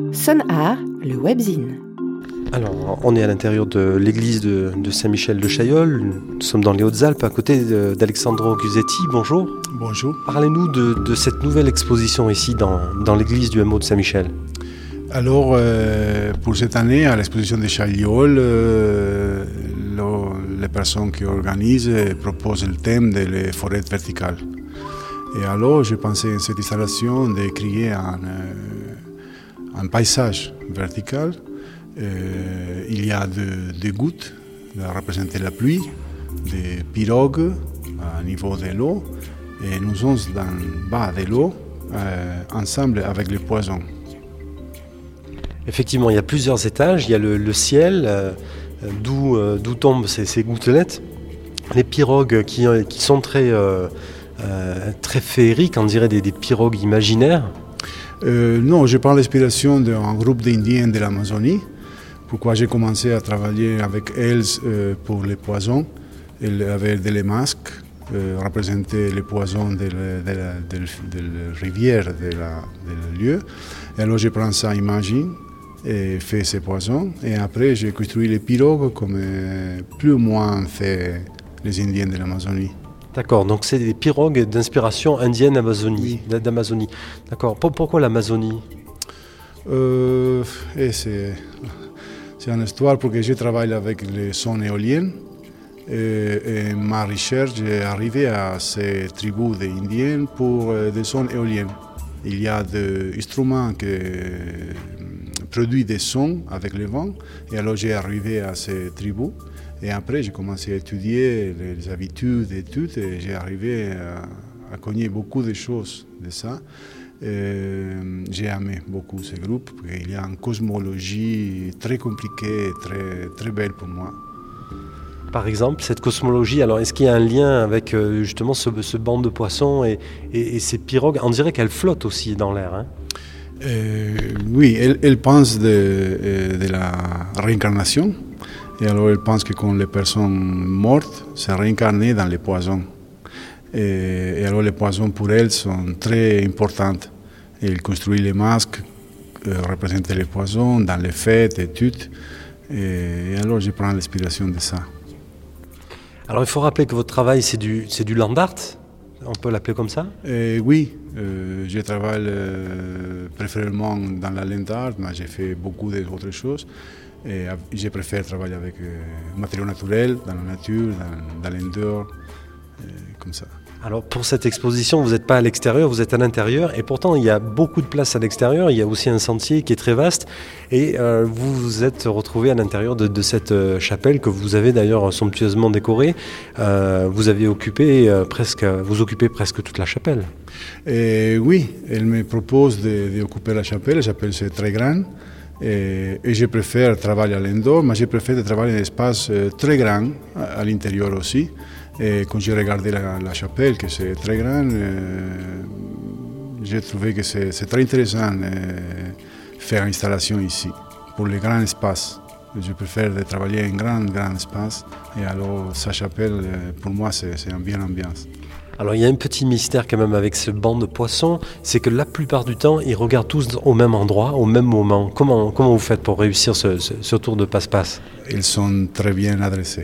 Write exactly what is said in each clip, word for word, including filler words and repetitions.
Sonart, le webzine. Alors, on est à l'intérieur de l'église de, de Saint-Michel de Chaillol. Nous sommes dans les Hautes-Alpes, à côté de, d'Alexandro Gusetti. Bonjour. Bonjour. Parlez-nous de, de cette nouvelle exposition ici dans, dans l'église du hameau de Saint-Michel. Alors, euh, pour cette année, à l'exposition de Chaillol, euh, le, les personnes qui organisent proposent le thème des forêts verticales. Et alors, j'ai pensé à cette installation de créer un, un paysage vertical. Euh, il y a des gouttes à représenter la pluie, des pirogues au niveau de l'eau, et nous sommes dans le bas de l'eau, euh, ensemble avec les poissons. Effectivement, il y a plusieurs étages. Il y a le, le ciel, euh, d'où, euh, d'où tombent ces, ces gouttelettes. Les pirogues qui, qui sont très, euh, euh, très féeriques, on dirait des, des pirogues imaginaires. Euh, non, je prends l'inspiration d'un groupe d'Indiens de l'Amazonie. Pourquoi j'ai commencé à travailler avec elles euh, pour les poissons, avec des masques, euh, représenter les poissons de la, de la, de la, de la rivière, de la, de lieu. Et alors je prends ça, imagine, et fais ces poissons. Et après, j'ai construit les pirogues comme euh, plus ou moins fait les Indiens de l'Amazonie. D'accord, donc c'est des pirogues d'inspiration indienne Amazonie, oui. d'Amazonie. D'accord. Pourquoi l'Amazonie euh, et c'est, c'est une histoire parce que je travaille avec les sons éoliennes. Et, et ma recherche est arrivée à ces tribus d'Indiens pour euh, des sons éoliennes. Il y a des instruments qui produisent des sons avec le vent. Et alors j'ai arrivé à ces tribus. Et après, j'ai commencé à étudier les habitudes et tout, et j'ai arrivé à, à connaître beaucoup de choses de ça. Et j'ai aimé beaucoup ce groupe, parce qu'il y a une cosmologie très compliquée, très, très belle pour moi. Par exemple, cette cosmologie, alors est-ce qu'il y a un lien avec euh, justement ce, ce banc de poissons et, et, et ces pirogues? On dirait qu'elles flottent aussi dans l'air. Hein. Euh, oui, elles, elles pensent de, de la réincarnation. Et alors, elle pense que quand les personnes mortes se réincarnent dans les poissons. Et, et alors, les poissons, pour elles, sont très importants. Et elle construit les masques, euh, représentent les poissons dans les fêtes et tout. Et, et alors, je prends l'inspiration de ça. Alors, il faut rappeler que votre travail, c'est du, c'est du land art. On peut l'appeler comme ça? Et oui, euh, je travaille euh, préférablement dans la land art, mais j'ai fait beaucoup d'autres choses. Et je préfère travailler avec euh, matériaux naturels, dans la nature, dans, dans l'indoor, euh, comme ça. Alors pour cette exposition, vous n'êtes pas à l'extérieur, vous êtes à l'intérieur, et pourtant il y a beaucoup de place à l'extérieur, il y a aussi un sentier qui est très vaste, et euh, vous vous êtes retrouvé à l'intérieur de, de cette euh, chapelle que vous avez d'ailleurs somptueusement décorée. Euh, vous avez occupé euh, presque, vous occupez presque toute la chapelle. Et oui, elle me propose d'occuper la chapelle, la chapelle c'est très grande. Et, et je préfère travailler à l'indoor, mais je préfère travailler dans un espace très grand à, à l'intérieur aussi. Et quand j'ai regardé la, la chapelle, que c'est très grand, euh, j'ai trouvé que c'est, c'est très intéressant de faire une installation ici, pour les grands espaces. Je préfère de travailler en grand, grand espace. Et alors, sa chapelle, pour moi, c'est, c'est une bien ambiance. Alors il y a un petit mystère quand même avec ce banc de poissons, c'est que la plupart du temps, ils regardent tous au même endroit, au même moment. Comment, comment vous faites pour réussir ce, ce, ce tour de passe-passe? Ils sont très bien adressés.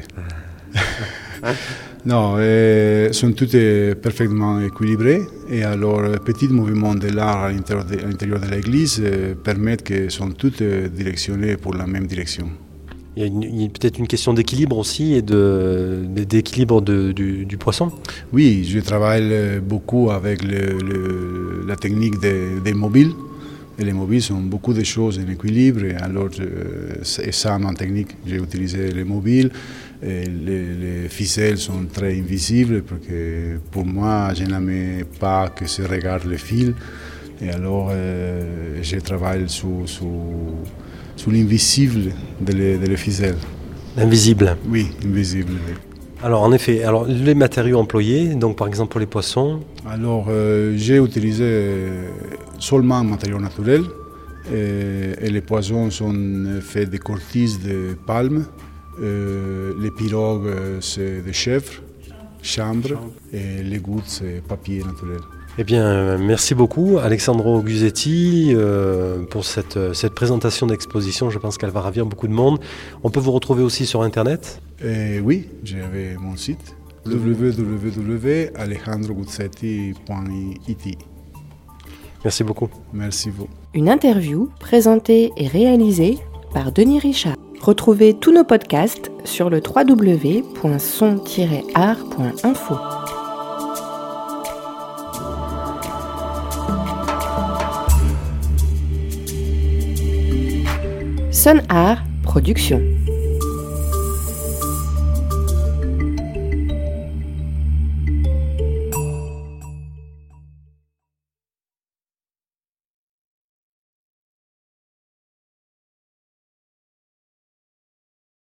Non, ils sont tous parfaitement équilibrés. Et alors, petits mouvements de l'art à l'intérieur de, à l'intérieur de l'église permettent qu'ils sont tous directionnés pour la même direction. Il y a, une, il y a peut-être une question d'équilibre aussi et de, d'équilibre de, du, du poisson. Oui, je travaille beaucoup avec le, le, la technique des, des mobiles. Et les mobiles sont beaucoup de choses en équilibre. Et alors, c'est ça ma technique. J'ai utilisé les mobiles. Et les, les ficelles sont très invisibles parce que pour moi, je n'aime pas que se regarde les fils. Et alors, euh, je travaille sur, sur sur l'invisible de les, de les ficelles. L'invisible. Oui, invisible. Alors en effet, alors les matériaux employés, donc par exemple pour les poissons. Alors euh, j'ai utilisé seulement matériaux naturels et, et les poissons sont faits de cortices de palme. Euh, les pirogues c'est de chèvre, chambre et les gouttes c'est papier naturel. Eh bien, merci beaucoup Alessandro Gusetti euh, pour cette, cette présentation d'exposition. Je pense qu'elle va ravir beaucoup de monde. On peut vous retrouver aussi sur Internet ? Et oui, j'avais mon site w w w point alejandro guzetti point i t. Merci beaucoup. Merci vous. Une interview présentée et réalisée par Denis Richard. Retrouvez tous nos podcasts sur le w w w point son tiret art point info. Son Art Production.